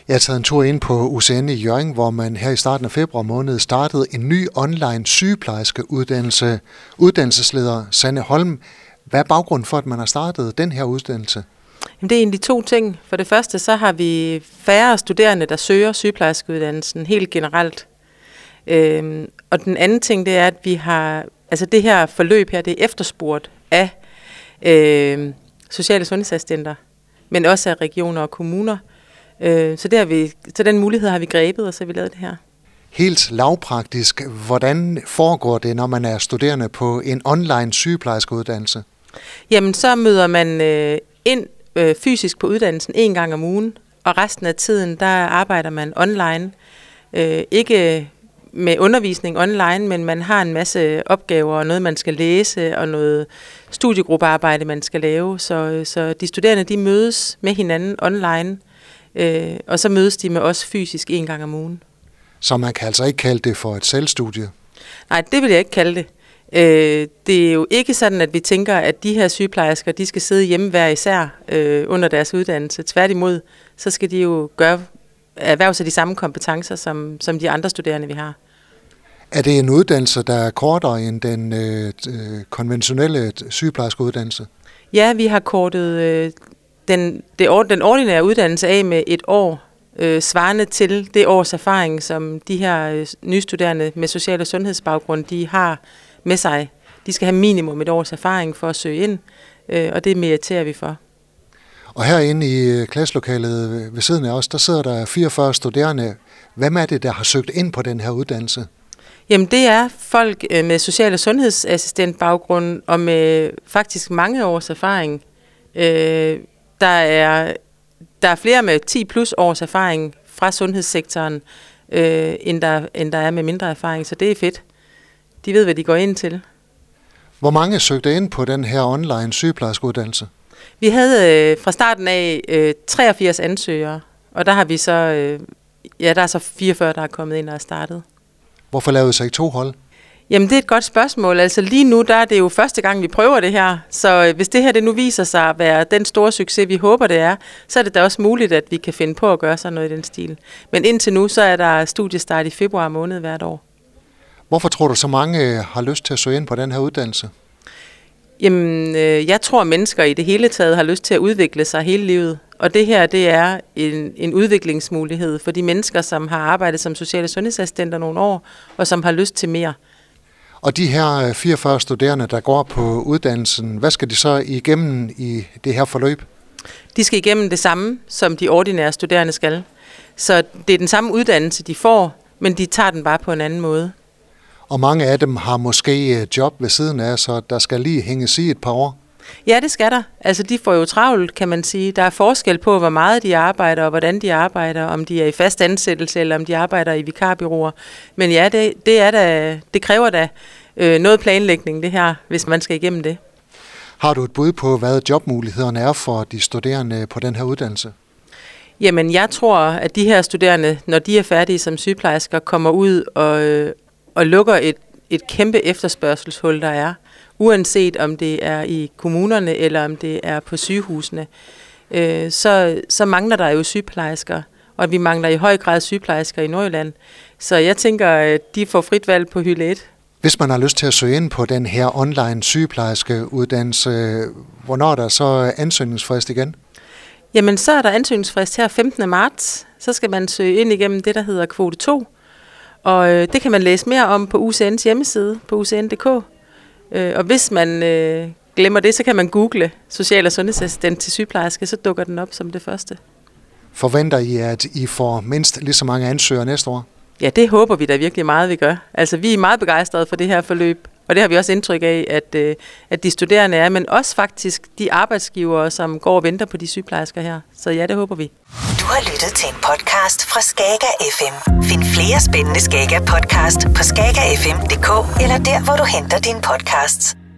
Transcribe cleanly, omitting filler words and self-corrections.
Jeg har taget en tur ind på UCN i Hjørring, hvor man her i starten af februar måned startede en ny online sygeplejerskeuddannelse. Uddannelsesleder Sanne Holm. Hvad er baggrunden for, at man har startet den her uddannelse? Jamen, det er egentlig to ting. For det første, så har vi færre studerende, der søger sygeplejerskeuddannelsen helt generelt. Og den anden ting, det er, at vi har, altså det her forløb her, det er efterspurgt af sociale sundhedsassistenter, men også af regioner og kommuner. Så den mulighed har vi grebet, og så har vi lavet det her. Helt lavpraktisk, hvordan foregår det, når man er studerende på en online sygeplejerskeuddannelse? Jamen, så møder man ind fysisk på uddannelsen 1 gang om ugen, og resten af tiden, der arbejder man online. Ikke med undervisning online, men man har en masse opgaver og noget, man skal læse, og noget studiegruppearbejde, man skal lave. Så de studerende, de mødes med hinanden online, og så mødes de med os fysisk 1 gang om ugen. Så man kan altså ikke kalde det for et selvstudie? Nej, det vil jeg ikke kalde det. Det er jo ikke sådan, at vi tænker, at de her sygeplejersker, de skal sidde hjemme hver især under deres uddannelse. Tværtimod, så skal de jo erhverve sig de samme kompetencer, som de andre studerende, vi har. Er det en uddannelse, der er kortere end den konventionelle sygeplejerskeuddannelse? Ja, vi har kortet den ordinære uddannelse af med 1 år, svarende til det års erfaring, som de her nye studerende med social- og sundhedsbaggrund, de har med sig. De skal have minimum 1 års erfaring for at søge ind, og det meriterer vi for. Og herinde i klasselokalet ved siden af os, der sidder der 44 studerende. Hvem er det, der har søgt ind på den her uddannelse? Jamen, det er folk med social- og sundhedsassistentbaggrund og med faktisk mange års erfaring. Der er flere med 10 plus års erfaring fra sundhedssektoren, end der er med mindre erfaring, så det er fedt. De ved, hvad de går ind til. Hvor mange søgte ind på den her online sygeplejerskeuddannelse? Vi havde fra starten af 83 ansøgere, og der har vi så, der er så 44, der er kommet ind og er startet. Hvorfor lavede I så ikke 2 hold? Jamen, det er et godt spørgsmål. Altså lige nu, der er det jo første gang, vi prøver det her. Så hvis det her det nu viser sig at være den store succes, vi håber det er, så er det da også muligt, at vi kan finde på at gøre sådan noget i den stil. Men indtil nu, så er der studiestart i februar måned hvert år. Hvorfor tror du, så mange har lyst til at søge ind på den her uddannelse? Jamen, jeg tror, mennesker i det hele taget har lyst til at udvikle sig hele livet. Og det her, det er en udviklingsmulighed for de mennesker, som har arbejdet som sociale sundhedsassistenter nogle år, og som har lyst til mere. Og de her 44 studerende, der går på uddannelsen, hvad skal de så igennem i det her forløb? De skal igennem det samme, som de ordinære studerende skal. Så det er den samme uddannelse, de får, men de tager den bare på en anden måde. Og mange af dem har måske job ved siden af, så der skal lige hænges i et par år. Ja, det skal der. Altså, de får jo travlt, kan man sige. Der er forskel på, hvor meget de arbejder, og hvordan de arbejder, om de er i fast ansættelse, eller om de arbejder i vikarbureauer. Men ja, det kræver da noget planlægning, det her, hvis man skal igennem det. Har du et bud på, hvad jobmulighederne er for de studerende på den her uddannelse? Jamen, jeg tror, at de her studerende, når de er færdige som sygeplejersker, kommer ud og lukker et kæmpe efterspørgselshul, der er. Uanset om det er i kommunerne, eller om det er på sygehusene, så mangler der jo sygeplejersker, og vi mangler i høj grad sygeplejersker i Nordjylland. Så jeg tænker, at de får frit valg på hylde 1. Hvis man har lyst til at søge ind på den her online sygeplejerskeuddannelse, hvornår er der så ansøgningsfrist igen? Jamen, så er der ansøgningsfrist her 15. marts. Så skal man søge ind igennem det, der hedder kvote 2. Og det kan man læse mere om på UCN's hjemmeside, på ucn.dk. Og hvis man glemmer det, så kan man google social- og sundhedsassistent til sygeplejerske, så dukker den op som det første. Forventer I, at I får mindst lige så mange ansøgere næste år? Ja, det håber vi da virkelig meget, vi gør. Altså, vi er meget begejstrede for det her forløb, og det har vi også indtryk af, at de studerende er, men også faktisk de arbejdsgivere, som går og venter på de sygeplejersker her. Så ja, det håber vi. Du har lyttet til en podcast fra Skager FM. Find flere spændende Skager podcast på skagerfm.dk eller der, hvor du henter dine podcasts.